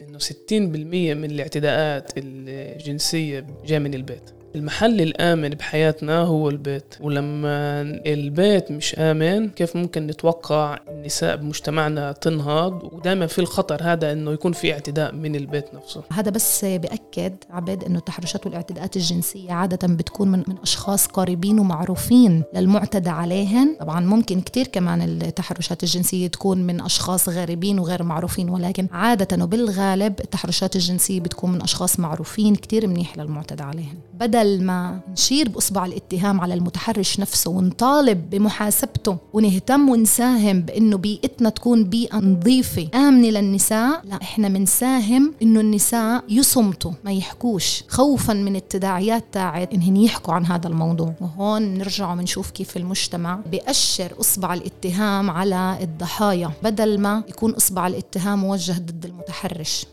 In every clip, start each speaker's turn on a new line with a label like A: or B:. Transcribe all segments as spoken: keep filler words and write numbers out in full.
A: إنه ستين بالمية من الاعتداءات الجنسية جاء من البيت. المحل الآمن بحياتنا هو البيت، ولما البيت مش آمن كيف ممكن نتوقع النساء بمجتمعنا تنهض؟ ودائما في الخطر هذا إنه يكون في اعتداء من البيت نفسه.
B: هذا بس بأكد عبد إنه التحرشات والاعتداءات الجنسية عادة بتكون من, من أشخاص قريبين ومعروفين للمعتدى عليهن. طبعا ممكن كتير كمان التحرشات الجنسية تكون من أشخاص غريبين وغير معروفين، ولكن عادة وبالغالب التحرشات الجنسية بتكون من أشخاص معروفين كتير منيح للمعتدى عليهن. بدل ما نشير بأصبع الاتهام على المتحرش نفسه ونطالب بمحاسبته ونهتم ونساهم بأنه بيئتنا تكون بيئة نظيفة آمنة للنساء، لا إحنا منساهم إنه النساء يصمتوا ما يحكوش خوفا من التداعيات تاعت إنهن يحكوا عن هذا الموضوع. وهون نرجع ونشوف كيف المجتمع بيأشر أصبع الاتهام على الضحايا بدل ما يكون أصبع الاتهام موجه ضد المتحرش.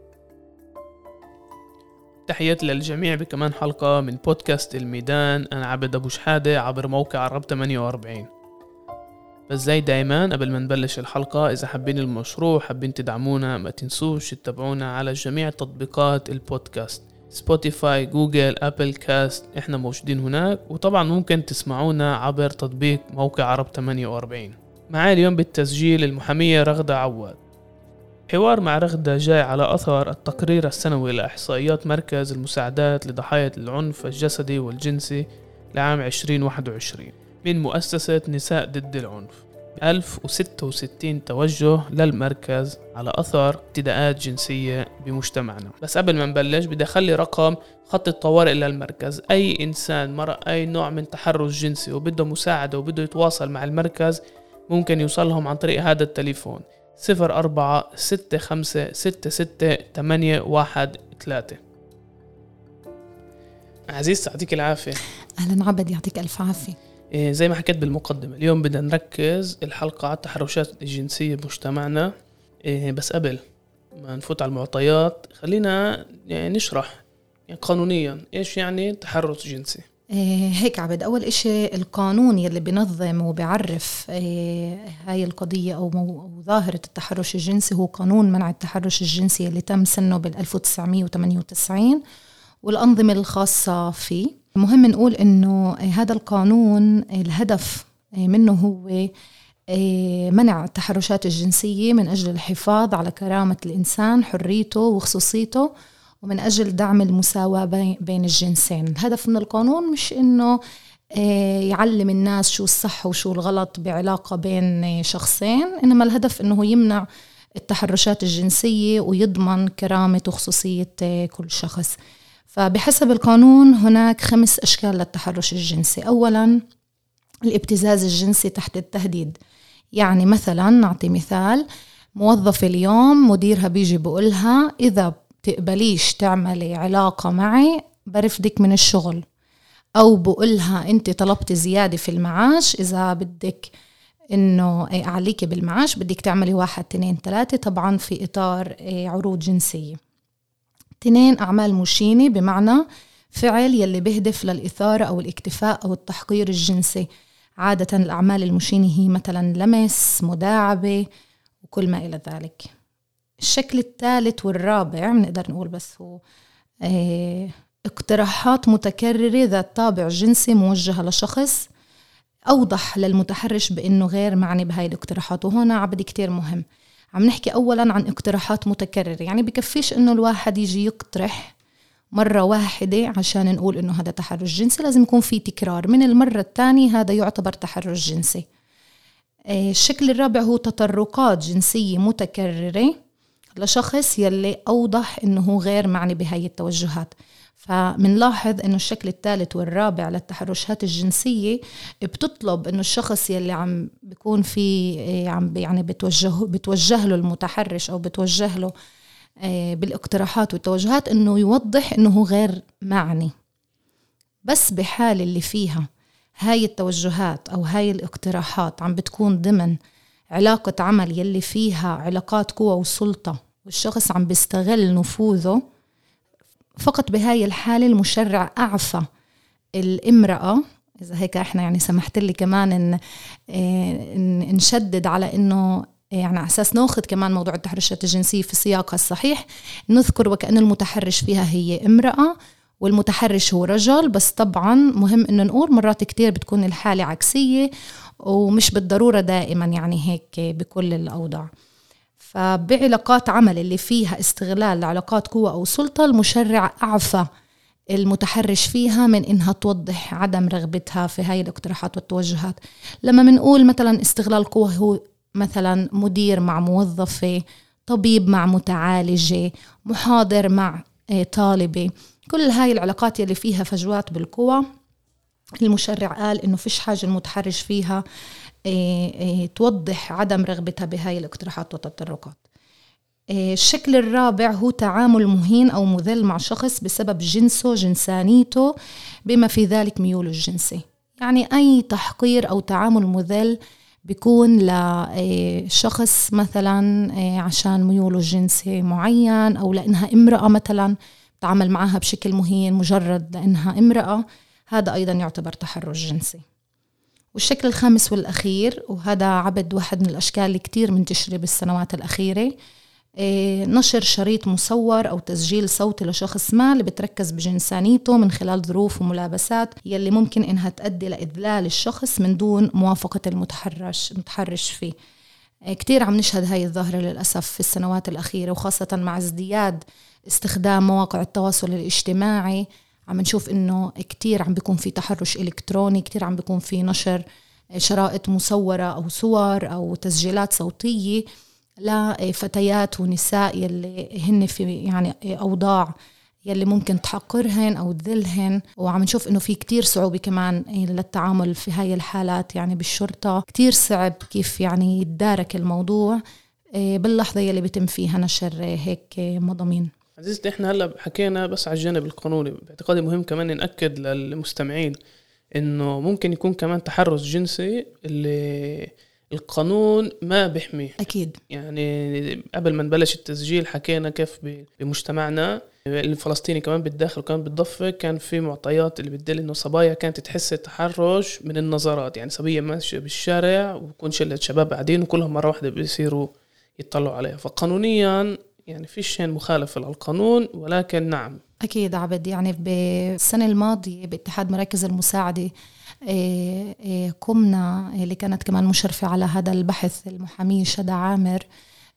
A: تحياتي للجميع بكمان حلقة من بودكاست الميدان. أنا عبد أبو شحادة عبر موقع عرب ثمانية وأربعين. بس زي دايما قبل ما نبلش الحلقة، إذا حابين المشروع حابين تدعمونا ما تنسوش تتابعونا على جميع تطبيقات البودكاست، سبوتيفاي، جوجل، أبل كاست، إحنا موجودين هناك. وطبعا ممكن تسمعونا عبر تطبيق موقع عرب ثمانية وأربعين. معاي اليوم بالتسجيل المحامية رغدة عواد. حوار مع رغدة جاي على أثر التقرير السنوي لإحصائيات مركز المساعدات لضحايا العنف الجسدي والجنسي لعام عشرين واحد وعشرين من مؤسسة نساء ضد العنف. ألف وستة وستين توجه للمركز على أثر اعتداءات جنسية بمجتمعنا. بس قبل ما نبلش بدي أخلي رقم خط الطوارئ للمركز. أي إنسان مر أي نوع من تحرش جنسي وبده مساعدة وبده يتواصل مع المركز ممكن يوصلهم عن طريق هذا التليفون صفر أربعة ستة خمسة ستة ستة ثمانية واحد ثلاثة. عزيز يعطيك العافية.
B: أهلا عبد، يعطيك ألف عافية.
A: إيه زي ما حكيت بالمقدمة، اليوم بدنا نركز الحلقة على التحرشات الجنسية بمجتمعنا. إيه بس قبل ما نفوت على المعطيات خلينا يعني نشرح يعني قانونيا إيش يعني تحرش جنسي.
B: هيك عبد، أول إشي القانون يلي بنظم وبيعرف هاي القضية أو ظاهرة التحرش الجنسي هو قانون منع التحرش الجنسي اللي تم سنه بالألف وتسعمية وثمانية وتسعين والأنظمة الخاصة فيه. مهم نقول إنه هذا القانون الهدف منه هو منع التحرشات الجنسية من أجل الحفاظ على كرامة الإنسان، حريته وخصوصيته، ومن أجل دعم المساواة بين الجنسين. الهدف من القانون مش إنه يعلم الناس شو الصح وشو الغلط بعلاقة بين شخصين، إنما الهدف إنه يمنع التحرشات الجنسية ويضمن كرامة وخصوصية كل شخص. فبحسب القانون هناك خمس أشكال للتحرش الجنسي. أولاً الابتزاز الجنسي تحت التهديد. يعني مثلاً نعطي مثال، موظفة اليوم مديرها بيجي بقولها إذا تقبليش تعملي علاقة معي برفدك من الشغل، أو بقولها أنت طلبت زيادة في المعاش، إذا بدك إنه أعليك بالمعاش بدك تعملي واحد اثنين ثلاثة، طبعا في إطار عروض جنسية. اثنين أعمال مشينة، بمعنى فعل يلي بهدف للإثارة أو الاكتفاء أو التحقير الجنسي. عادة الأعمال المشينة هي مثلا لمس، مداعبة وكل ما إلى ذلك. الشكل الثالث والرابع بنقدر نقول بس هو اه اقتراحات متكررة ذات طابع جنسي موجهة لشخص، أوضح للمتحرش بأنه غير معني بهاي الاقتراحات. وهنا عبد كتير مهم، عم نحكي أولا عن اقتراحات متكررة، يعني بكفيش أنه الواحد يجي يقترح مرة واحدة عشان نقول أنه هذا تحرش جنسي، لازم يكون في تكرار من المرة الثانية، هذا يعتبر تحرش جنسي. اه الشكل الرابع هو تطرقات جنسية متكررة لشخص يلي أوضح إنه غير معني بهاي التوجهات. فمنلاحظ إنه الشكل الثالث والرابع للتحرشات الجنسية بتطلب إنه الشخص يلي عم بيكون في عم يعني بتوجه بتوجه له المتحرش أو بتوجه له بالاقتراحات والتوجهات إنه يوضح إنه غير معني. بس بحال اللي فيها هاي التوجهات أو هاي الاقتراحات عم بتكون ضمن علاقة عمل يلي فيها علاقات قوة وسلطة والشخص عم بيستغل نفوذه، فقط بهاي الحالة المشرع أعفى الامرأة. إذا هيك إحنا يعني سمحت لي كمان إن نشدد على إنه يعني على أساس ناخذ كمان موضوع التحرشات الجنسية في سياقها الصحيح، نذكر وكأن المتحرش فيها هي امرأة والمتحرش هو رجل. بس طبعا مهم إنه نقول مرات كتير بتكون الحالة عكسية، ومش بالضرورة دائما يعني هيك بكل الأوضاع. فبعلاقات عمل اللي فيها استغلال لعلاقات قوة أو سلطة، المشرع أعفى المتحرش فيها من إنها توضح عدم رغبتها في هاي الاقتراحات والتوجهات. لما منقول مثلا استغلال قوة هو مثلا مدير مع موظفة، طبيب مع متعالجة، محاضر مع طالبة، كل هاي العلاقات اللي فيها فجوات بالقوة، المشرع قال إنه فيش حاجة المتحرش فيها إيه إيه توضح عدم رغبتها بهاي الاقتراحات والتطرقات. إيه الشكل الرابع هو تعامل مهين أو مذل مع شخص بسبب جنسه، جنسانيته، بما في ذلك ميوله الجنسي. يعني أي تحقير أو تعامل مذل بيكون لشخص مثلا عشان ميوله الجنسي معين، أو لأنها امرأة مثلا تعامل معها بشكل مهين مجرد لأنها امرأة، هذا أيضا يعتبر تحرش جنسي. والشكل الخامس والأخير، وهذا عبد واحد من الأشكال اللي كتير منتشرة بالسنوات الأخيرة، نشر شريط مصور أو تسجيل صوتي لشخص ما اللي بتركز بجنسانيته من خلال ظروف وملابسات يلي ممكن إنها تؤدي لإذلال الشخص من دون موافقة المتحرش المتحرش فيه. كتير عم نشهد هاي الظاهرة للأسف في السنوات الأخيرة، وخاصة مع ازدياد استخدام مواقع التواصل الاجتماعي. عم نشوف إنه كتير عم بيكون في تحرش إلكتروني، كتير عم بيكون في نشر شرائط مصورة أو صور أو تسجيلات صوتية لفتيات ونساء يلي هن في يعني أوضاع يلي ممكن تحقرهن أو تذلهن. وعم نشوف إنه في كتير صعوبة كمان للتعامل في هاي الحالات، يعني بالشرطة كتير صعب كيف يعني يتدارك الموضوع باللحظة يلي بيتم فيها نشر هيك مضامين.
A: عزيزتي، احنا هلا حكينا بس على الجانب القانوني، باعتقادي مهم كمان نأكد للمستمعين انه ممكن يكون كمان تحرش جنسي اللي القانون ما بيحميه.
B: أكيد.
A: يعني قبل ما نبلش التسجيل حكينا كيف بمجتمعنا الفلسطيني كمان بالداخل وكمان بالضفة كان في معطيات اللي بتدل انه صبايا كانت تحس التحرش من النظرات. يعني صبية ماشية بالشارع وبكون شلة شباب قاعدين وكلهم مرة واحدة بيصيروا يطلعوا عليها. فقانونيا يعني في شيء مخالف للقانون، ولكن نعم
B: أكيد عبد. يعني بالسنة الماضية باتحاد مراكز المساعدة قمنا، اللي كانت كمان مشرفة على هذا البحث المحامية شدا عامر،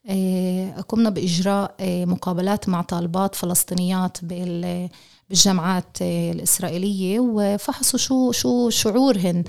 B: قمنا بإجراء مقابلات مع طالبات فلسطينيات بالجامعات الإسرائيلية، وفحصوا شو شو شعورهن،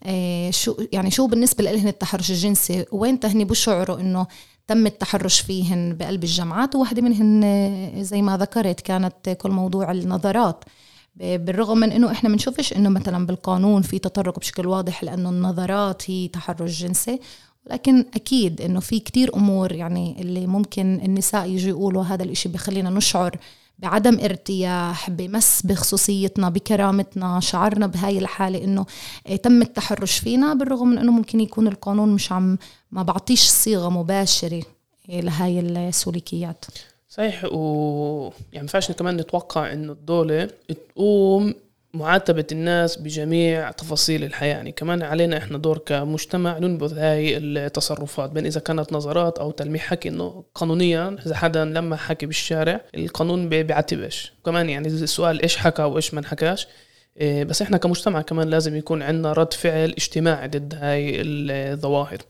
B: شو يعني شو بالنسبة لهن التحرش الجنسي، وين تهني بشعروا إنه تم التحرش فيهن بقلب الجامعات. وواحدة منهن زي ما ذكرت كانت كل موضوع النظرات، بالرغم من إنه إحنا منشوفش إنه مثلا بالقانون في تطرق بشكل واضح لأنه النظرات هي تحرش جنسي، لكن أكيد إنه في كتير أمور يعني اللي ممكن النساء يجي يقولوا هذا الإشي بخلينا نشعر بعدم ارتياح، بمس بخصوصيتنا، بكرامتنا، شعرنا بهاي الحالة إنه تم التحرش فينا، بالرغم من إنه ممكن يكون القانون مش عم ما بعطيش صيغة مباشرة لهاي السلوكيات.
A: صحيح. و يعني مفاش كمان نتوقع إنه الدولة تقوم معاتبة الناس بجميع تفاصيل الحياة. يعني كمان علينا إحنا دور كمجتمع ننبذ هاي التصرفات، بين إذا كانت نظرات أو تلميح حكي. إنه قانونيا إذا حدا لما حكي بالشارع القانون بيعتبش. كمان يعني السؤال إيش حكى وإيش ما حكاش. بس إحنا كمجتمع كمان لازم يكون عندنا رد فعل اجتماعي ضد هاي الظواهر.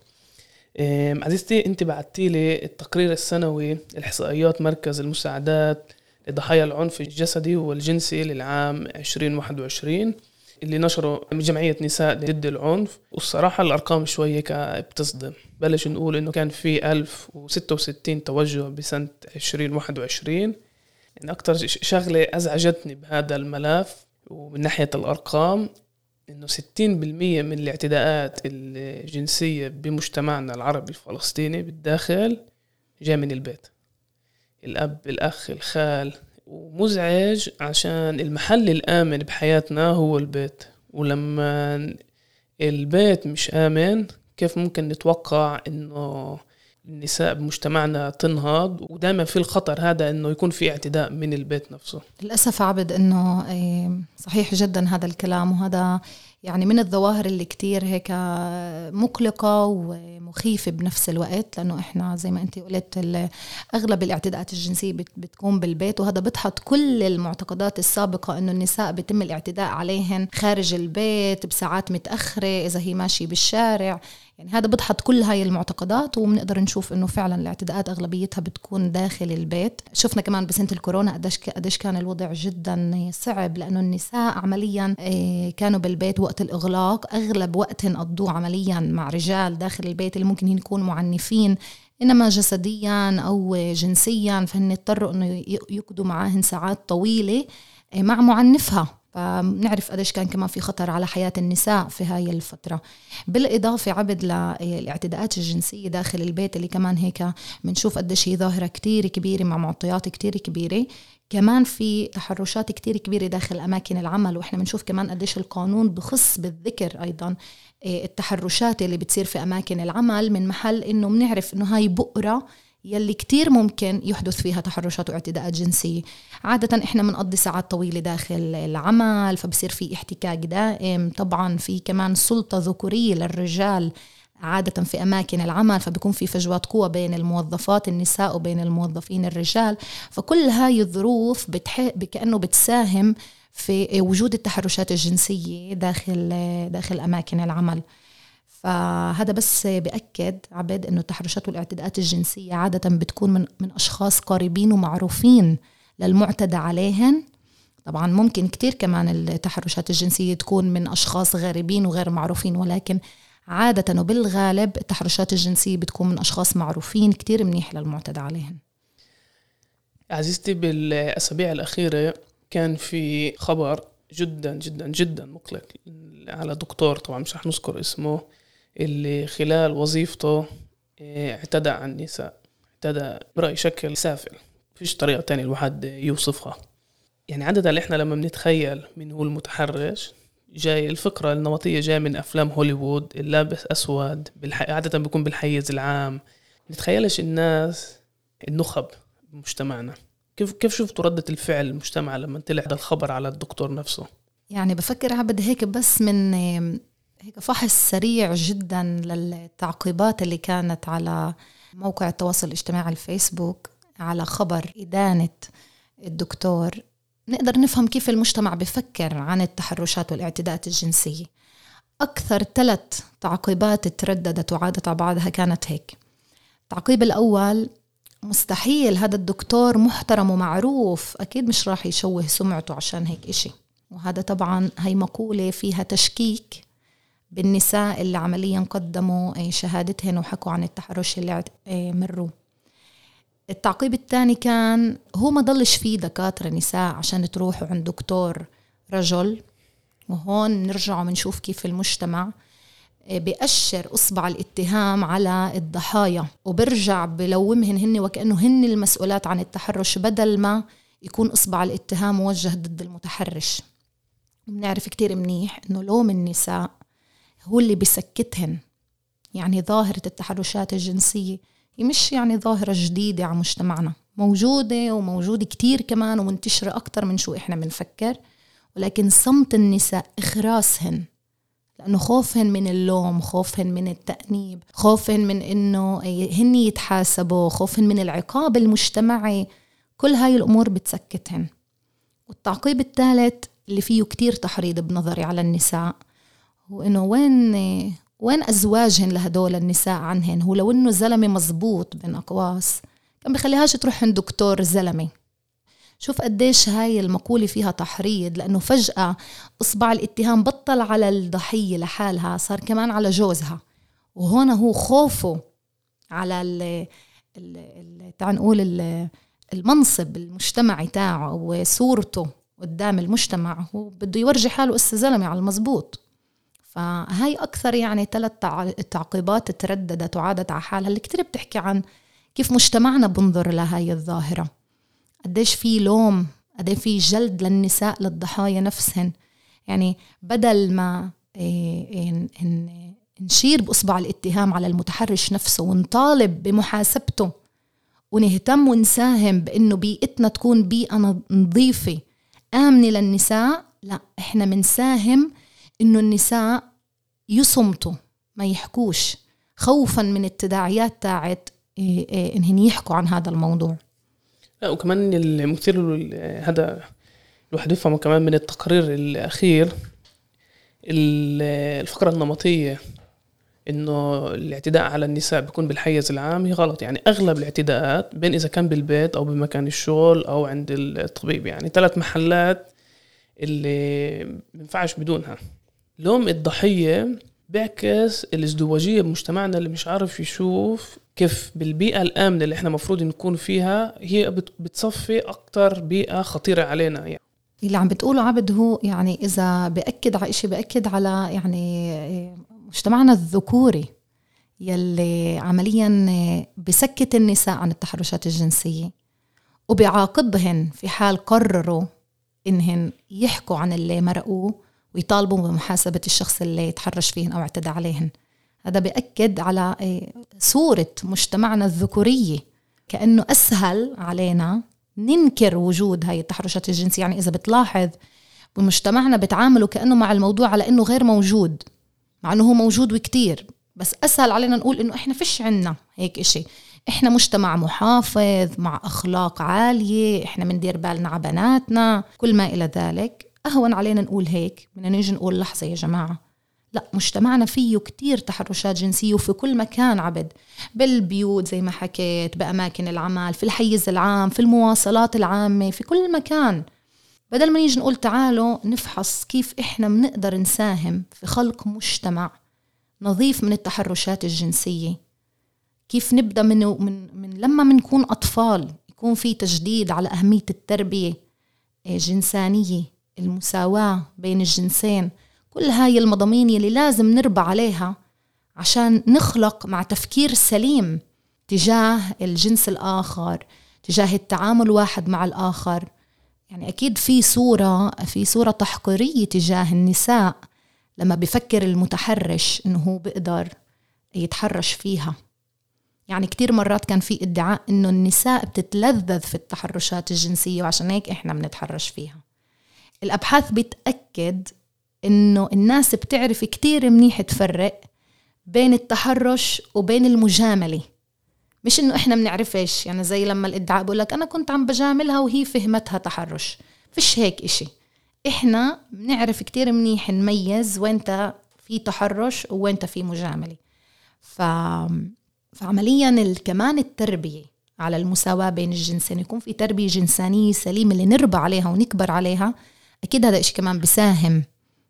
A: عزيزتي، أنت بعتي لي التقرير السنوي الإحصائيات مركز المساعدات لضحايا العنف الجسدي والجنسي للعام عشرين واحد وعشرين اللي نشره جمعية نساء ضد العنف. والصراحة الأرقام شوية بتصدم. بلش نقول إنه كان في ألف وستة وستين توجه بسنة عشرين واحد وعشرين. يعني أكتر شغلة أزعجتني بهذا الملف ومن ناحية الأرقام إنه ستين بالمية من الاعتداءات الجنسية بمجتمعنا العربي الفلسطيني بالداخل جاء من البيت، الأب، الأخ، الخال. ومزعج عشان المحل الآمن بحياتنا هو البيت، ولما البيت مش آمن كيف ممكن نتوقع إنه النساء بمجتمعنا تنهض؟ ودائما في الخطر هذا إنه يكون في اعتداء من البيت نفسه.
B: للأسف عبد إنه صحيح جدا هذا الكلام، وهذا يعني من الظواهر اللي كتير هيك مقلقة ومخيفة بنفس الوقت، لأنه إحنا زي ما أنت قلت أغلب الاعتداءات الجنسية بتكون بالبيت، وهذا بتحط كل المعتقدات السابقة أنه النساء بيتم الاعتداء عليهن خارج البيت بساعات متأخرة إذا هي ماشية بالشارع. يعني هذا بتحط كل هاي المعتقدات، وبنقدر نشوف إنه فعلا الاعتداءات أغلبيتها بتكون داخل البيت. شفنا كمان بسنة الكورونا قديش قديش كان الوضع جدا صعب، لأنه النساء عمليا كانوا بالبيت وقت الإغلاق، أغلب وقتهم قضوه عمليا مع رجال داخل البيت اللي ممكن يكونوا معنفين إنما جسديا أو جنسيا، فهن اضطروا إنه يقضوا معاهن ساعات طويلة مع معنفها. فنعرف قديش كان كمان في خطر على حياة النساء في هاي الفترة. بالإضافة عبد للاعتداءات الجنسية داخل البيت اللي كمان هيك بنشوف قديش هي ظاهرة كتير كبيرة مع معطيات كتير كبيرة، كمان في تحرشات كتير كبيرة داخل أماكن العمل. وإحنا بنشوف كمان قديش القانون بخص بالذكر أيضا التحرشات اللي بتصير في أماكن العمل، من محل إنه بنعرف إنه هاي بؤرة يلي كتير ممكن يحدث فيها تحرشات واعتداءات جنسية. عادة إحنا بنقضي ساعات طويلة داخل العمل، فبصير في احتكاك دائم. طبعا في كمان سلطة ذكورية للرجال عادة في أماكن العمل، فبيكون في فجوات قوة بين الموظفات النساء وبين الموظفين الرجال. فكل هاي الظروف بتح... كأنه بتساهم في وجود التحرشات الجنسية داخل داخل أماكن العمل. فهذا بس بأكد عبد إنه التحرشات والاعتداءات الجنسية عادة بتكون من من أشخاص قريبين ومعروفين للمعتدى عليهن. طبعا ممكن كتير كمان التحرشات الجنسية تكون من أشخاص غريبين وغير معروفين، ولكن عادة وبالغالب التحرشات الجنسية بتكون من أشخاص معروفين كتير منيح للمعتدى عليهن.
A: عزيزتي، بالأسابيع الأخيرة كان في خبر جدا جدا جدا مقلق على دكتور، طبعا مش رح نذكر اسمه، اللي خلال وظيفته اعتدى على النساء. اعتدى برأي شكل سافل، فيش طريقة تانية الواحد يوصفها. يعني عادة اللي احنا لما بنتخيل من هو المتحرش، جاي الفكرة النمطية جاي من أفلام هوليوود، اللابس أسود بالح... عادة بيكون بالحيز العام. نتخيلش الناس النخب بمجتمعنا. كيف كيف شفتوا ردة الفعل المجتمع لما طلع هذا الخبر على الدكتور نفسه؟
B: يعني بفكر عبد هيك بس من هيك فحص سريع جدا للتعقيبات اللي كانت على موقع التواصل الاجتماعي الفيسبوك على خبر إدانة الدكتور، نقدر نفهم كيف المجتمع بفكر عن التحرشات والاعتداءات الجنسية. أكثر ثلاث تعقيبات ترددت وعادت على بعضها كانت هيك. التعقيب الأول: مستحيل، هذا الدكتور محترم ومعروف، أكيد مش راح يشوه سمعته عشان هيك إشي. وهذا طبعا هي مقولة فيها تشكيك بالنساء اللي عمليا قدموا شهادتهن وحكوا عن التحرش اللي مروا. التعقيب الثاني كان: هو ما ضلش فيه دكاترة نساء عشان تروحوا عند دكتور رجل. وهون نرجع ونشوف كيف المجتمع بيأشر أصبع الاتهام على الضحايا وبرجع بلومهن هن وكأنه هن المسؤولات عن التحرش، بدل ما يكون أصبع الاتهام موجه ضد المتحرش. بنعرف كتير منيح إنه لوم النساء هو اللي بيسكتهن. يعني ظاهرة التحرشات الجنسية هي مش يعني ظاهرة جديدة على مجتمعنا، موجودة وموجودة كتير كمان ومنتشرة أكتر من شو إحنا بنفكر. ولكن صمت النساء، إخراسهن، لأنه خوفهن من اللوم، خوفهن من التأنيب، خوفهن من إنه هن يتحاسبوا، خوفهن من العقاب المجتمعي، كل هاي الأمور بتسكتهن. والتعقيب الثالث اللي فيه كتير تحريض بنظري على النساء هو إنه وين وين أزواجهن لهدول النساء عنهن. هو لو إنه زلمة مزبوط بين أقواس كان بخليهاش تروح عند دكتور زلمة. شوف قديش هاي المقولة فيها تحريض، لأنه فجأة أصبع الاتهام بطل على الضحية لحالها، صار كمان على جوزها. وهنا هو خوفه على ال ال تعال نقول ال المنصب المجتمعي تاعه وصورته قدام المجتمع، هو بده يورجي حاله الزلمة على المزبوط. فهاي أكثر يعني ثلاث تعقيبات ترددت وعادت على حالها، اللي كتير بتحكي عن كيف مجتمعنا بنظر لهاي الظاهرة. قديش في لوم، قديش في جلد للنساء للضحايا نفسهن. يعني بدل ما نشير بأصبع الاتهام على المتحرش نفسه ونطالب بمحاسبته ونهتم ونساهم بأنه بيئتنا تكون بيئة نظيفة آمنة للنساء، لا، إحنا منساهم إنه النساء يصمتوا ما يحكوش خوفا من التداعيات تاعت إنهن يحكوا عن هذا الموضوع.
A: لا وكمان المثير هذا الواحد يفهمه كمان من التقرير الأخير الفقرة النمطية إنه الاعتداء على النساء بيكون بالحيز العام هي غلط. يعني أغلب الاعتداءات بين إذا كان بالبيت أو بمكان الشغل أو عند الطبيب، يعني ثلاث محلات اللي منفعش بدونها. لوم الضحية بيعكس الازدواجية بمجتمعنا اللي مش عارف يشوف كيف بالبيئة الآمنة اللي احنا مفروض نكون فيها هي بتصفي أكتر بيئة خطيرة علينا. يعني
B: اللي عم بتقوله عبد هو يعني إذا بأكد على إشي بأكد على يعني مجتمعنا الذكوري يلي عمليا بسكت النساء عن التحرشات الجنسية وبيعاقبهن في حال قرروا إنهن يحكوا عن اللي مرقوه ويطالبوا بمحاسبة الشخص اللي يتحرش فيهن أو اعتدى عليهن. هذا بيأكد على صورة مجتمعنا الذكورية كأنه أسهل علينا ننكر وجود هاي التحرشات الجنسية. يعني إذا بتلاحظ بمجتمعنا بتعاملوا كأنه مع الموضوع على أنه غير موجود، مع أنه هو موجود وكتير، بس أسهل علينا نقول أنه إحنا فيش عنا هيك إشي، إحنا مجتمع محافظ مع أخلاق عالية، إحنا مندير بالنا على بناتنا، كل ما إلى ذلك. أهون علينا نقول هيك من نيجي نقول لحظة يا جماعة، لا، مجتمعنا فيه كتير تحرشات جنسية وفي كل مكان عبد، بالبيوت زي ما حكيت، بأماكن العمل، في الحيز العام، في المواصلات العامة، في كل مكان. بدل ما نيجي نقول تعالوا نفحص كيف إحنا بنقدر نساهم في خلق مجتمع نظيف من التحرشات الجنسية، كيف نبدأ من, من, من لما منكون أطفال يكون في تجديد على أهمية التربية الجنسانية، المساواة بين الجنسين، كل هاي المضامين اللي لازم نربى عليها عشان نخلق مع تفكير سليم تجاه الجنس الآخر، تجاه التعامل واحد مع الآخر. يعني أكيد في صورة في صورة تحقيرية تجاه النساء لما بفكر المتحرش إنه هو بيقدر يتحرش فيها. يعني كتير مرات كان في ادعاء إنه النساء بتتلذذ في التحرشات الجنسية وعشان هيك إحنا بنتحرش فيها. الأبحاث بتأكد إنه الناس بتعرف كتير منيح تفرق بين التحرش وبين المجاملة، مش إنه إحنا بنعرفش. يعني زي لما الادعاء بقول لك أنا كنت عم بجاملها وهي فهمتها تحرش، فيش هيك إشي. إحنا بنعرف كتير منيح نميز وينتا في تحرش وينتا في مجاملة. ف... فعمليا كمان التربية على المساواة بين الجنسين، يكون في تربية جنسانية سليمة اللي نربى عليها ونكبر عليها، أكيد هذا إشي كمان بساهم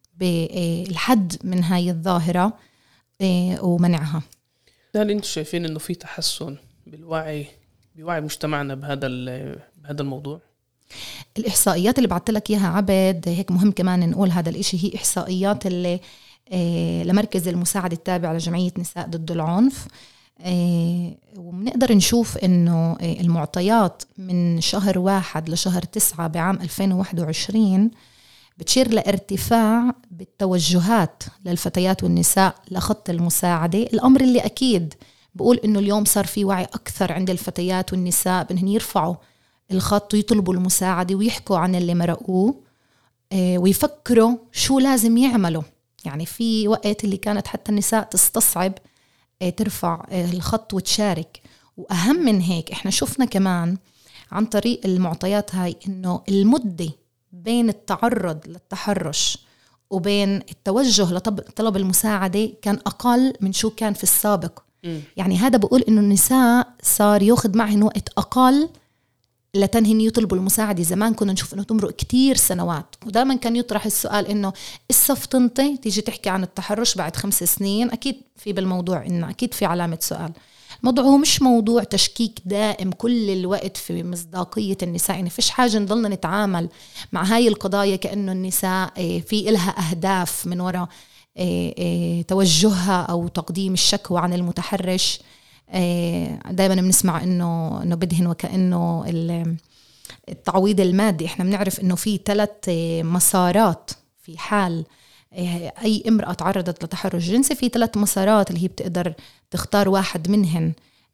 B: بالحد من هاي الظاهرة ومنعها.
A: هل أنتم شايفين إنه في تحسن بالوعي بوعي مجتمعنا بهذا بهذا الموضوع؟
B: الإحصائيات اللي بعت لك إياها عبد هيك مهم كمان نقول هذا الإشي، هي إحصائيات اللي لمركز المساعدة التابع لجمعية نساء ضد العنف، وبنقدر نشوف إنه المعطيات من شهر واحد لشهر تسعة بعام ألفين وواحد وعشرين بتشير لارتفاع بالتوجهات للفتيات والنساء لخط المساعدة، الأمر اللي أكيد بقول إنه اليوم صار في وعي أكثر عند الفتيات والنساء بأنهم يرفعوا الخط ويطلبوا المساعدة ويحكوا عن اللي مرقوه ويفكروا شو لازم يعملوا. يعني في وقت اللي كانت حتى النساء تستصعب ترفع الخط وتشارك، وأهم من هيك إحنا شفنا كمان عن طريق المعطيات هاي إنه المدة بين التعرض للتحرش وبين التوجه لطلب المساعدة كان أقل من شو كان في السابق. م. يعني هذا بقول إنه النساء صار يأخذ معهن وقت أقل لتنهن يطلبوا المساعدة. زمان كنا نشوف إنه تمرق كتير سنوات، ودائما كان يطرح السؤال إنه الصفتنطة تيجي تحكي عن التحرش بعد خمس سنين، أكيد في بالموضوع إنه أكيد في علامة سؤال. الموضوع هو مش موضوع تشكيك دائم كل الوقت في مصداقية النساء، يعني فيش حاجة نضلنا نتعامل مع هاي القضايا كأنه النساء في إلها أهداف من وراء توجهها أو تقديم الشكوى عن المتحرش. دائما بنسمع إنه إنه بدهن وكأنه التعويض المادي. إحنا بنعرف إنه في ثلاث مسارات في حال أي امرأة تعرضت لتحرش جنسي، في ثلاث مسارات اللي هي بتقدر تختار واحد منهن.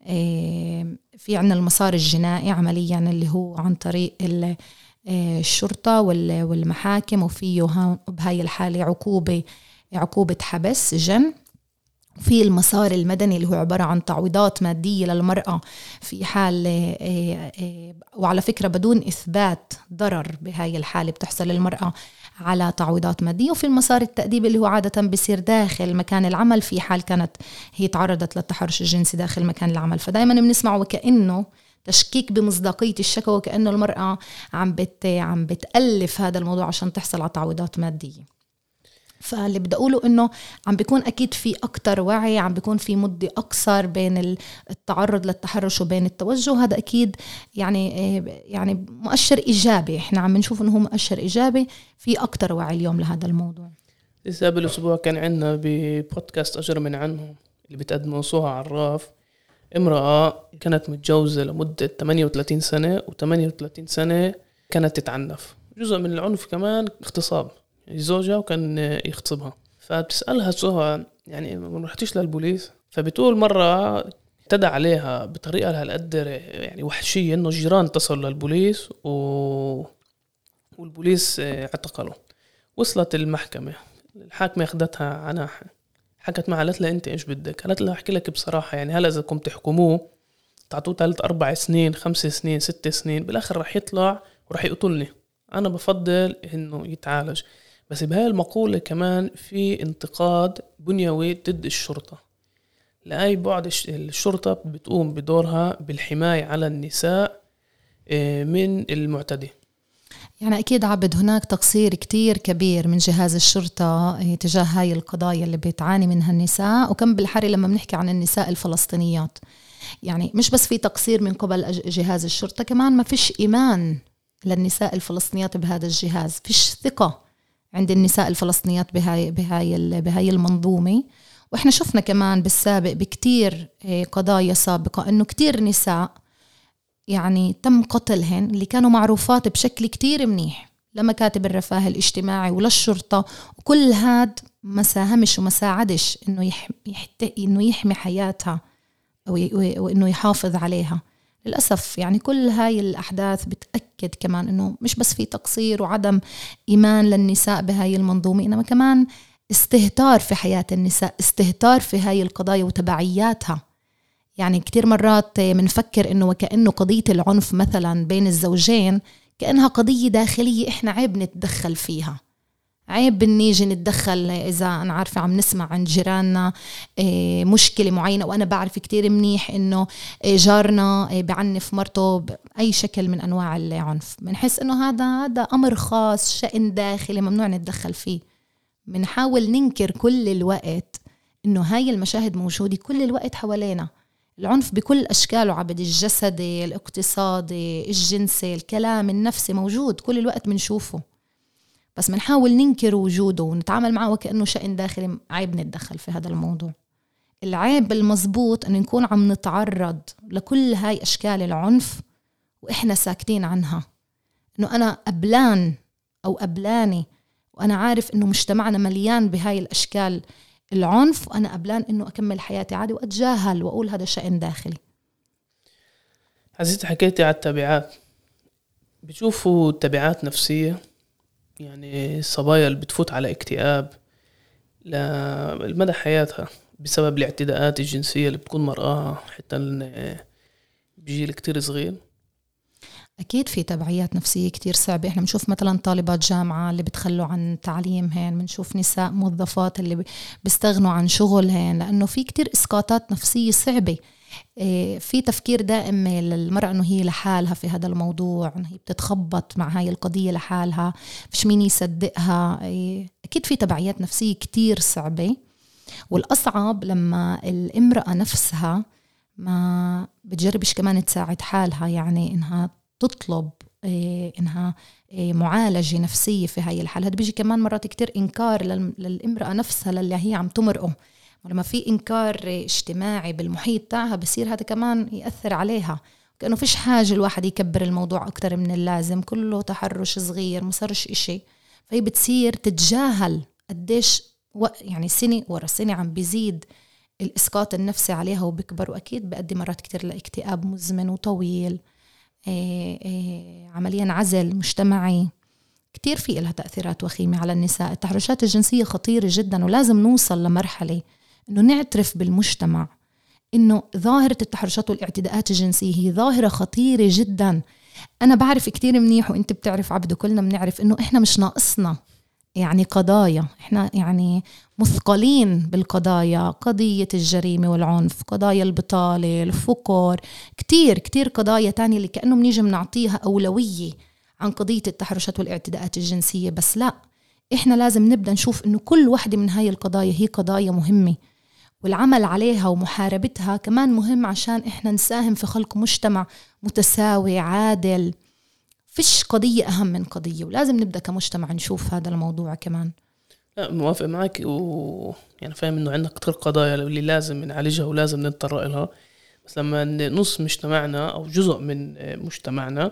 B: في عنا المسار الجنائي عمليا اللي هو عن طريق الشرطة والمحاكم، وفيه بهاي الحالة عقوبة عقوبة حبس سجن، في المسار المدني اللي هو عبارة عن تعويضات مادية للمرأة في حال، وعلى فكرة بدون إثبات ضرر بهاي الحالة بتحصل المرأة على تعويضات مادية. وفي المسار التأديبي اللي هو عادة بيصير داخل مكان العمل في حال كانت هي تعرضت للتحرش الجنسي داخل مكان العمل. فدايما بنسمع وكأنه تشكيك بمصداقية الشكوى، وكأنه المرأة عم بت عم بتألف هذا الموضوع عشان تحصل على تعويضات مادية. فاللي بدي أقوله إنه عم بيكون أكيد في أكتر وعي، عم بيكون في مدة أقصر بين التعرض للتحرش وبين التوجه. هذا أكيد يعني يعني مؤشر إيجابي، إحنا عم نشوف إنه هو مؤشر إيجابي، في أكتر وعي اليوم لهذا الموضوع.
A: لسه بالأسبوع كان عندنا ببودكاست أجر من عنهم اللي بتقدمه سهى عراف، امرأة كانت متجوزة لمدة ثمانية وثلاثين سنة، وثمانية وثلاثين سنة كانت تتعنف. جزء من العنف كمان اغتصاب، يعني زوجها وكان يخطبها. فبتسألها سهى يعني ما رحتيش للبوليس؟ فبتقول مرة اعتدى عليها بطريقة لهالقدر يعني وحشية إنه الجيران اتصلوا للبوليس و... والبوليس اعتقله. وصلت المحكمة، الحاكمة أخذتها عناحة، حكت معها قالت لها أنت إيش بدك؟ قالت لها أحكي لك بصراحة، يعني هلا إذا كنتم تحكموه تعطوه ثلاث أربع سنين خمس سنين ست سنين بالآخر رح يطلع ورح يقتلني. أنا بفضل إنه يتعالج. بس بهاي المقولة كمان في انتقاد بنيوي ضد الشرطة، لأي بعد الشرطة بتقوم بدورها بالحماية على النساء من المعتدي.
B: يعني أكيد عبد هناك تقصير كتير كبير من جهاز الشرطة تجاه هاي القضايا اللي بتعاني منها النساء، وكم بالحري لما بنحكي عن النساء الفلسطينيات. يعني مش بس في تقصير من قبل جهاز الشرطة، كمان ما فيش إيمان للنساء الفلسطينيات بهذا الجهاز، فيش ثقة عند النساء الفلسطينيات بهاي, بهاي, بهاي المنظومة. وإحنا شفنا كمان بالسابق بكتير قضايا سابقة أنه كتير نساء يعني تم قتلهن اللي كانوا معروفات بشكل كتير منيح لمكاتب الرفاه الاجتماعي وللشرطة، وكل هاد ما ساهمش وما ساعدش إنه يحمي, إنه يحمي حياتها وإنه يحافظ عليها. للأسف يعني كل هاي الأحداث بتأكد كمان إنه مش بس في تقصير وعدم إيمان للنساء بهاي المنظومة، إنما كمان استهتار في حياة النساء، استهتار في هاي القضايا وتبعياتها. يعني كتير مرات منفكر إنه وكأنه قضية العنف مثلا بين الزوجين كأنها قضية داخلية إحنا عيب نتدخل فيها، عيب نيجي نتدخل إذا أنا عارفة عم نسمع عن جيراننا مشكلة معينة وأنا بعرف كتير منيح إنه جارنا بعنف مرته بأي شكل من أنواع العنف. بنحس إنه هذا هذا أمر خاص، شأن داخلي ممنوع نتدخل فيه. بنحاول ننكر كل الوقت إنه هاي المشاهد موجودة كل الوقت حوالينا، العنف بكل أشكاله، عبد الجسدي الاقتصادي الجنسي الكلام النفسي موجود كل الوقت بنشوفه، بس منحاول ننكر وجوده ونتعامل معه وكأنه شأن داخلي عيب نتدخل في هذا الموضوع. العيب المضبوط أن نكون عم نتعرض لكل هاي أشكال العنف وإحنا ساكتين عنها، أنه أنا أبلان أو أبلاني وأنا عارف أنه مجتمعنا مليان بهاي الأشكال العنف، وأنا أبلان أنه أكمل حياتي عادي وأتجاهل وأقول هذا شأن داخلي.
A: عزيزتي حكيتي على التبعات، بتشوفوا تبعات نفسية؟ يعني الصبايا اللي بتفوت على اكتئاب لمدى حياتها بسبب الاعتداءات الجنسية اللي بتكون مرأة حتى بجيل كتير صغير.
B: أكيد في تبعيات نفسية كتير صعبة. إحنا بنشوف مثلا طالبات جامعة اللي بتخلوا عن تعليمهن، بنشوف نساء موظفات اللي بيستغنوا عن شغلهن لأنه في كتير إسقاطات نفسية صعبة. في تفكير دائم للمرأة أنه هي لحالها في هذا الموضوع، أنه هي بتتخبط مع هاي القضية لحالها، فيش مين يصدقها. أكيد في تبعيات نفسية كتير صعبة، والأصعب لما الامرأة نفسها ما بتجربش كمان تساعد حالها، يعني إنها تطلب إنها معالجة نفسية في هاي الحالة. هذا بيجي كمان مرات كتير إنكار للامرأة نفسها للي هي عم تمرقه، ولما في إنكار اجتماعي بالمحيط تاعها بصير هذا كمان يأثر عليها، كأنه فيش حاجة الواحد يكبر الموضوع أكتر من اللازم، كله تحرش صغير مصرش إشي، فهي بتصير تتجاهل قديش يعني سنة ورا سنة عم بيزيد الإسقاط النفسي عليها وبكبر، وأكيد بأدي مرات كتير لاكتئاب مزمن وطويل، إيه إيه عمليا عزل مجتمعي، كتير في إلها تأثيرات وخيمة على النساء. التحرشات الجنسية خطيرة جدا، ولازم نوصل لمرحلة إنه نعترف بالمجتمع إنه ظاهرة التحرشات والاعتداءات الجنسية هي ظاهرة خطيرة جدا. أنا بعرف كتير منيح وإنت بتعرف عبدو، كلنا بنعرف إنه إحنا مش ناقصنا يعني قضايا، إحنا يعني مثقلين بالقضايا، قضية الجريمة والعنف، قضايا البطالة، الفقر، كتير كتير قضايا تانية اللي كأنه بنيجي بنعطيها أولوية عن قضية التحرشات والاعتداءات الجنسية. بس لا، إحنا لازم نبدأ نشوف إنه كل واحدة من هاي القضايا هي قضايا مهمة، والعمل عليها ومحاربتها كمان مهم عشان إحنا نساهم في خلق مجتمع متساوي عادل. فيش قضية أهم من قضية، ولازم نبدأ كمجتمع نشوف هذا الموضوع كمان.
A: لا موافق معك، و يعني فاهم إنه عندنا كتير قضايا اللي لازم نعالجها ولازم نتطرق لها. بس لما نص مجتمعنا أو جزء من مجتمعنا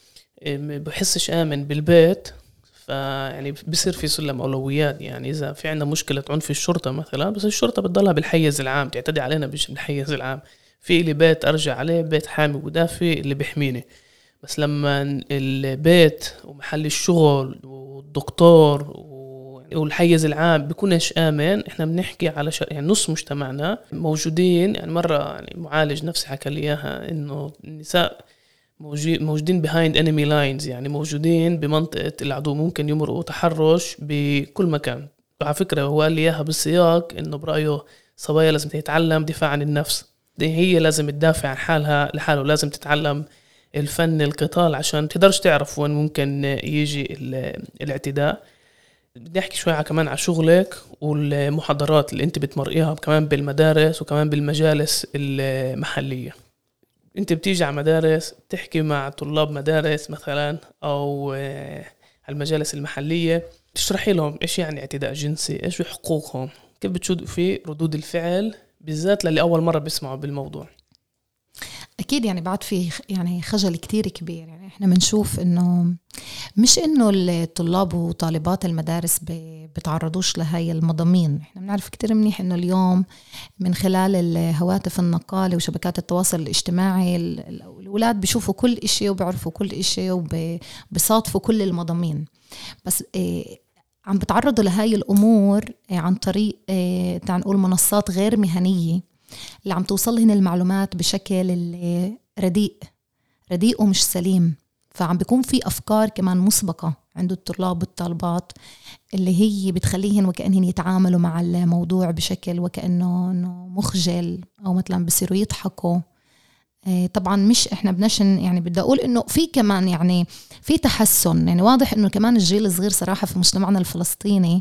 A: بحسش آمن بالبيت، فيعني بيصير في سلم أولويات. يعني إذا في عندنا مشكلة عنف الشرطة مثلا، بس الشرطة بتضلها بالحيز العام، تعتدي علينا بالحيز العام. في اللي بيت أرجع عليه، بيت حامي ودافي اللي بيحميني. بس لما البيت ومحل الشغل والدكتور والحيز العام بيكونش آمن، إحنا بنحكي على ش... يعني نص مجتمعنا موجودين. يعني مرة يعني معالج نفسي حكى لي إياها إنه النساء موجودين behind enemy lines، يعني موجودين بمنطقة العدو، ممكن يمرقوا تحرش بكل مكان. على فكرة هو قال لي إياها بالسياق إنه برأيه صبايا لازم تتعلم دفاع عن النفس، دي هي لازم تدافع عن حالها لحاله، لازم تتعلم الفن القتال عشان تقدرش تعرف وين ممكن يجي الاعتداء. بدي أحكي شوية كمان على شغلك والمحاضرات اللي أنت بتمرقيها كمان بالمدارس وكمان بالمجالس المحلية. أنت بتيجي على مدارس تحكي مع طلاب مدارس مثلا أو على المجالس المحلية، تشرحي لهم إيش يعني اعتداء جنسي، إيش حقوقهم، كيف بتشوفوا في ردود الفعل بالذات للي أول مرة بيسمعوا بالموضوع؟
B: أكيد يعني بعد في يعني خجل كتير كبير. يعني إحنا بنشوف إنه مش إنه الطلاب وطالبات المدارس بتعرضوش لهاي المضامين. إحنا بنعرف كتير منيح إنه اليوم من خلال الهواتف النقالة وشبكات التواصل الاجتماعي الأولاد بيشوفوا كل إشي وبيعرفوا كل إشي وبيصادفوا كل المضامين، بس إيه عم بتعرضوا لهاي الأمور عن طريق إيه تعال نقول منصات غير مهنية اللي عم توصلهن المعلومات بشكل رديء رديء ومش سليم. فعم بيكون في أفكار كمان مسبقة عند الطلاب والطالبات اللي هي بتخليهن وكأنهن يتعاملوا مع الموضوع بشكل وكأنه مخجل أو مثلا بصيروا يضحكوا. طبعا مش إحنا بنشن يعني بدي أقول إنه في كمان يعني في تحسن، يعني واضح إنه كمان الجيل الصغير صراحة في مجتمعنا الفلسطيني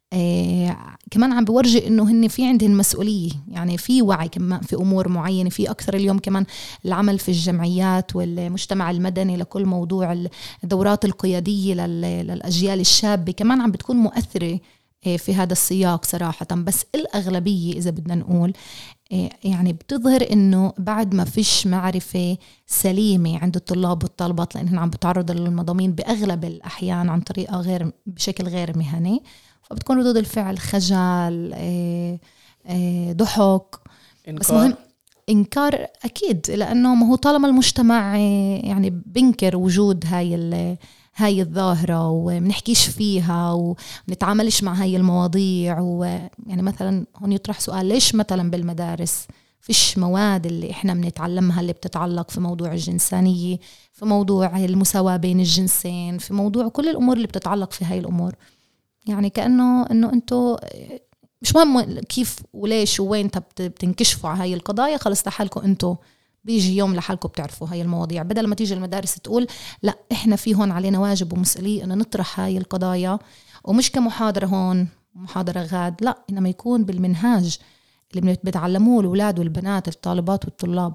B: إيه كمان عم بورجي انه هن في عندهم مسؤوليه، يعني في وعي كمان في امور معينه، في اكثر اليوم كمان العمل في الجمعيات والمجتمع المدني لكل موضوع الدورات القياديه للاجيال الشابه كمان عم بتكون مؤثره في هذا السياق صراحه. بس الاغلبيه اذا بدنا نقول يعني بتظهر انه بعد ما فيش معرفه سليمه عند الطلاب والطالبات، لانهم عم بتعرضوا للمضامين باغلب الاحيان عن طريقه غير بشكل غير مهني، فبتكون ردود الفعل خجل، إيه إيه ضحك، إنكار. بس مهم إنكار أكيد، لأنه ما هو طالما المجتمع إيه يعني بنكر وجود هاي هاي الظاهرة ومنحكيش فيها ونتعاملش مع هاي المواضيع. ويعني مثلا هون يطرح سؤال، ليش مثلا بالمدارس فيش مواد اللي إحنا بنتعلمها اللي بتتعلق في موضوع الجنسانية، في موضوع المساواة بين الجنسين، في موضوع كل الأمور اللي بتتعلق في هاي الأمور؟ يعني كأنه إنه أنتوا مش مهم كيف وليش وين بتنكشفوا على هاي القضايا، خلص لحالكم أنتوا بيجي يوم لحالكم بتعرفوا هاي المواضيع، بدل ما تيجي المدارس تقول لا إحنا في هون علينا واجب ومسؤولية أن نطرح هاي القضايا، ومش كمحاضرة هون محاضرة غاد، لا إنما يكون بالمنهاج اللي بتعلموه الأولاد والبنات الطالبات والطلاب.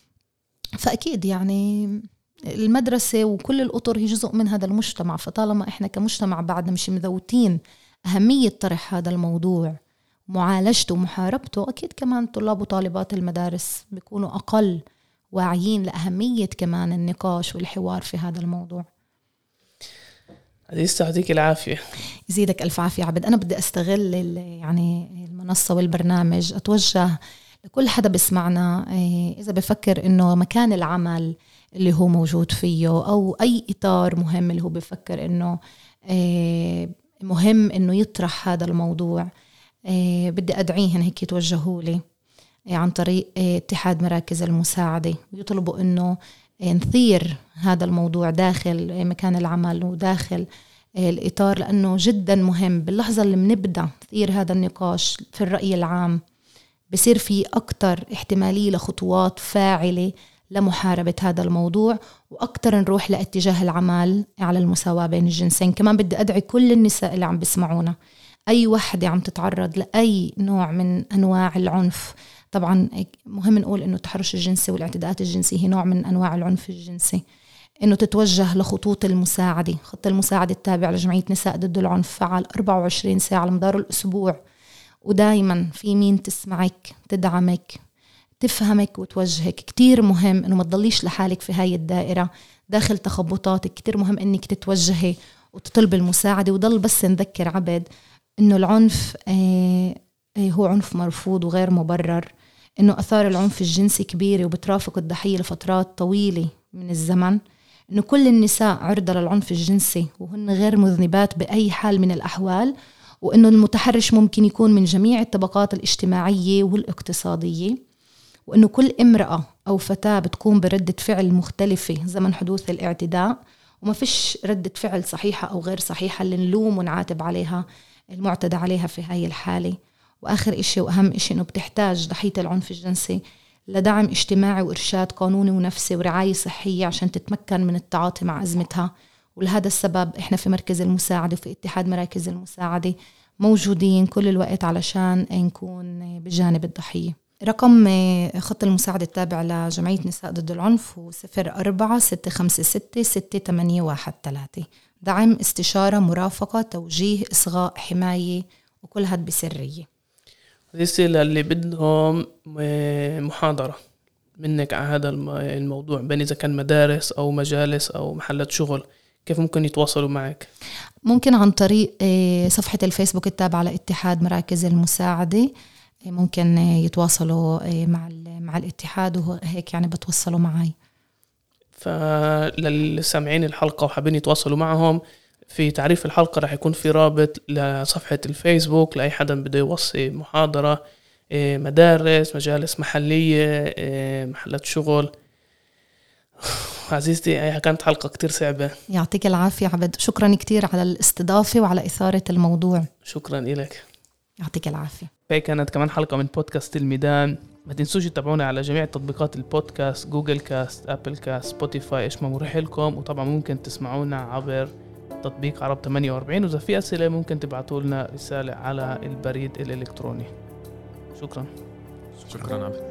B: فأكيد يعني المدرسة وكل الأطر هي جزء من هذا المجتمع، فطالما إحنا كمجتمع بعدنا مش مذوتين أهمية طرح هذا الموضوع معالجته ومحاربته، أكيد كمان طلاب وطالبات المدارس بيكونوا أقل واعيين لأهمية كمان النقاش والحوار في هذا الموضوع.
A: عزيزتي يعطيك العافية.
B: يزيدك ألف عافية عبد. أنا بدي أستغل يعني المنصة والبرنامج أتوجه لكل حدا بسمعنا، إذا بفكر إنه مكان العمل اللي هو موجود فيه أو أي إطار مهم اللي هو بفكر إنه مهم إنه يطرح هذا الموضوع. بدي أدعيهن هيك يتوجهوا لي عن طريق اتحاد مراكز المساعدة ويطلبوا إنه نثير هذا الموضوع داخل مكان العمل وداخل الإطار، لأنه جدا مهم. باللحظة اللي بنبدأ نثير هذا النقاش في الرأي العام بصير في أكتر احتمالية لخطوات فاعلة لمحاربة هذا الموضوع، وأكتر نروح لاتجاه العمل على المساواة بين الجنسين. كمان بدي أدعي كل النساء اللي عم بسمعونا، أي وحدة عم تتعرض لأي نوع من أنواع العنف. طبعا مهم نقول إنه التحرش الجنسي والاعتداءات الجنسية هي نوع من أنواع العنف الجنسي، إنه تتوجه لخطوط المساعدة. خط المساعدة التابع لجمعية نساء ضد العنف فعال أربعة وعشرين ساعة على مدار الأسبوع، ودايما في مين تسمعك، تدعمك، تفهمك وتوجهك. كتير مهم إنه ما تضليش لحالك في هاي الدائرة داخل تخبطاتك. كتير مهم إنك تتوجهي وتطلب المساعدة. وضل بس نذكر عبد إنه العنف آه هو عنف مرفوض وغير مبرر، إنه أثار العنف الجنسي كبيرة وبترافق الضحية لفترات طويلة من الزمن، إنه كل النساء عرضة للعنف الجنسي وهن غير مذنبات بأي حال من الأحوال، وإنه المتحرش ممكن يكون من جميع الطبقات الاجتماعية والاقتصادية، وإنه كل امرأة أو فتاة بتقوم بردة فعل مختلفة زمن حدوث الاعتداء، وما فيش ردة فعل صحيحة أو غير صحيحة اللي نلوم ونعاتب عليها المعتدى عليها في هاي الحالة. وآخر إشي وأهم إشي إنه بتحتاج ضحية العنف الجنسي لدعم اجتماعي وإرشاد قانوني ونفسي ورعاية صحية عشان تتمكن من التعاطي مع أزمتها. ولهذا السبب إحنا في مركز المساعدة وفي اتحاد مراكز المساعدة موجودين كل الوقت علشان نكون بجانب الضحية. رقم خط المساعدة التابع لجمعية نساء ضد العنف هو صفر أربعة ستة خمسة ستة ستة ثمانية واحد ثلاثة. دعم، استشارة، مرافقة، توجيه، إصغاء، حماية، وكل هاد بسرية.
A: رسالة اللي بدهم محاضرة منك على هذا الموضوع، بين إذا كان مدارس أو مجالس أو محلات شغل، كيف ممكن يتواصلوا معك؟
B: ممكن عن طريق صفحة الفيسبوك التابعة لاتحاد مراكز المساعدة، ممكن يتواصلوا مع مع الاتحاد وهيك يعني بتوصلوا معي.
A: فللسامعين الحلقة وحابين يتواصلوا معهم، في تعريف الحلقة رح يكون في رابط لصفحة الفيسبوك لأي حدا بده يوصي محاضرة، مدارس، مجالس محلية، محلات شغل. عزيزتي هي كانت حلقة كتير صعبة.
B: يعطيك العافية عبد، شكرا كتير على الاستضافة وعلى إثارة الموضوع.
A: شكرا إليك.
B: يعطيك العافية.
A: هي كانت كمان حلقة من بودكاست الميدان. ما تنسوش تتابعونا على جميع تطبيقات البودكاست، جوجل كاست، أبل كاست، سبوتيفاي، إيش ما مريح لكم. وطبعا ممكن تسمعونا عبر تطبيق عرب ثمانية وأربعين، وإذا في أسئلة ممكن تبعتوا لنا رسالة على البريد الإلكتروني. شكرا.
C: شكرا عبد.